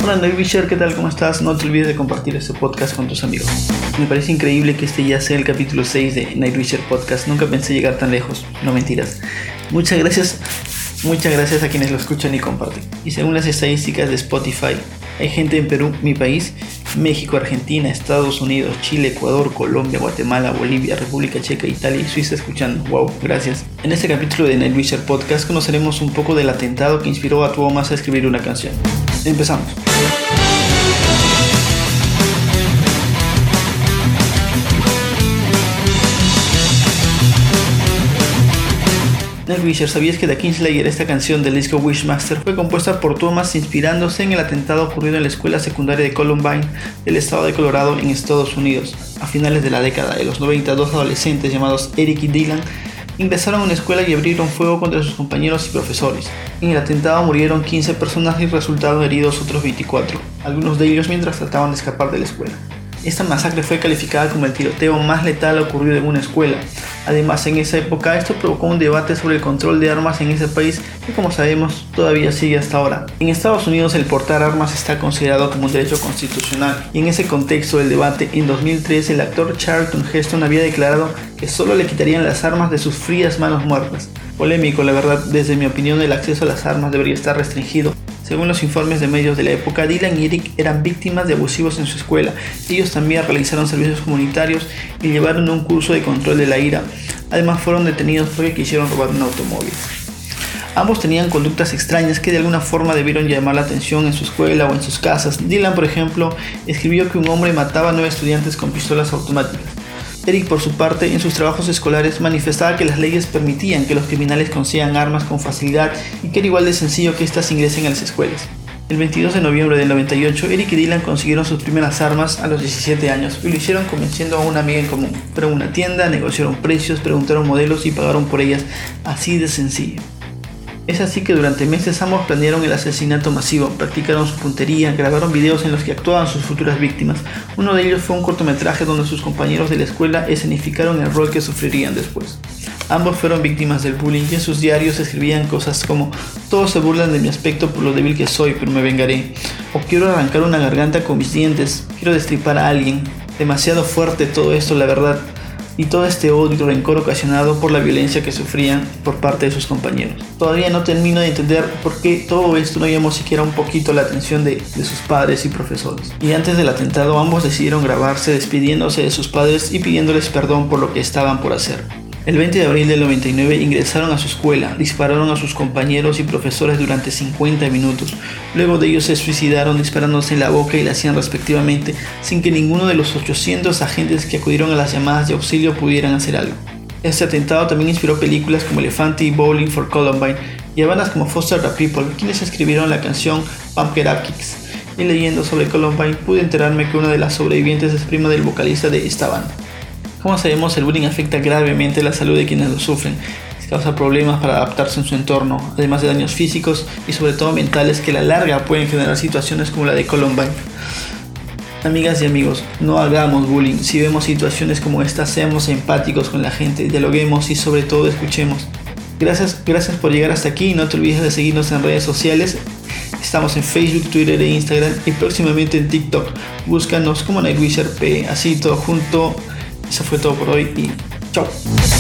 Hola Nightwisher, ¿qué tal? ¿Cómo estás? No te olvides de compartir este podcast con tus amigos. Me parece increíble que este ya sea el capítulo 6 de Nightwisher Podcast. Nunca pensé llegar tan lejos, no mentiras. Muchas gracias a quienes lo escuchan y comparten. Y según las estadísticas de Spotify, hay gente en Perú, mi país, México, Argentina, Estados Unidos, Chile, Ecuador, Colombia, Guatemala, Bolivia, República Checa, Italia y Suiza escuchando. Wow, gracias. En este capítulo de Nightwisher Podcast conoceremos un poco del atentado que inspiró a Tuomas a escribir una canción. Empezamos. Nightwisher, ¿sabías que The Kingslayer, esta canción del disco Wishmaster, fue compuesta por Tuomas inspirándose en el atentado ocurrido en la escuela secundaria de Columbine del estado de Colorado en Estados Unidos? A finales de la década de los 90, dos adolescentes llamados Eric y Dylan ingresaron a una escuela y abrieron fuego contra sus compañeros y profesores. En el atentado murieron 15 personas y resultaron heridos otros 24, algunos de ellos mientras trataban de escapar de la escuela. Esta masacre fue calificada como el tiroteo más letal ocurrido en una escuela. Además, en esa época esto provocó un debate sobre el control de armas en ese país que, como sabemos, todavía sigue hasta ahora. En Estados Unidos el portar armas está considerado como un derecho constitucional, y en ese contexto del debate, en 2003 el actor Charlton Heston había declarado que solo le quitarían las armas de sus frías manos muertas. Polémico, la verdad. Desde mi opinión, el acceso a las armas debería estar restringido. Según los informes de medios de la época, Dylan y Eric eran víctimas de abusivos en su escuela. Ellos también realizaron servicios comunitarios y llevaron un curso de control de la ira. Además, fueron detenidos porque quisieron robar un automóvil. Ambos tenían conductas extrañas que de alguna forma debieron llamar la atención en su escuela o en sus casas. Dylan, por ejemplo, escribió que un hombre mataba a 9 estudiantes con pistolas automáticas. Eric, por su parte, en sus trabajos escolares manifestaba que las leyes permitían que los criminales consigan armas con facilidad y que era igual de sencillo que éstas ingresen a las escuelas. El 22 de noviembre del 98, Eric y Dylan consiguieron sus primeras armas a los 17 años y lo hicieron convenciendo a una amiga en común. Fueron a una tienda, negociaron precios, preguntaron modelos y pagaron por ellas, así de sencillo. Es así que durante meses ambos planearon el asesinato masivo, practicaron su puntería, grabaron videos en los que actuaban sus futuras víctimas. Uno de ellos fue un cortometraje donde sus compañeros de la escuela escenificaron el rol que sufrirían después. Ambos fueron víctimas del bullying y en sus diarios escribían cosas como: todos se burlan de mi aspecto por lo débil que soy, pero me vengaré. O quiero arrancar una garganta con mis dientes, quiero destripar a alguien. Demasiado fuerte todo esto, la verdad. Y todo este odio y rencor ocasionado por la violencia que sufrían por parte de sus compañeros. Todavía no termino de entender por qué todo esto no llamó siquiera un poquito la atención de sus padres y profesores. Y antes del atentado ambos decidieron grabarse despidiéndose de sus padres y pidiéndoles perdón por lo que estaban por hacer. El 20 de abril del 99 ingresaron a su escuela, dispararon a sus compañeros y profesores durante 50 minutos. Luego de ellos se suicidaron disparándose en la boca y la sien respectivamente, sin que ninguno de los 800 agentes que acudieron a las llamadas de auxilio pudieran hacer algo. Este atentado también inspiró películas como Elefante y Bowling for Columbine y a bandas como Foster the People, quienes escribieron la canción Pump It Up Kicks. Y leyendo sobre Columbine pude enterarme que una de las sobrevivientes es prima del vocalista de esta banda. Como sabemos, el bullying afecta gravemente la salud de quienes lo sufren, causa problemas para adaptarse en su entorno, además de daños físicos y sobre todo mentales que a la larga pueden generar situaciones como la de Columbine. Amigas y amigos, no hagamos bullying. Si vemos situaciones como esta, seamos empáticos con la gente, dialoguemos y sobre todo escuchemos. Gracias por llegar hasta aquí y no te olvides de seguirnos en redes sociales. Estamos en Facebook, Twitter e Instagram y próximamente en TikTok. Búscanos como Nightwisher P, así todo junto. Eso fue todo por hoy y chao.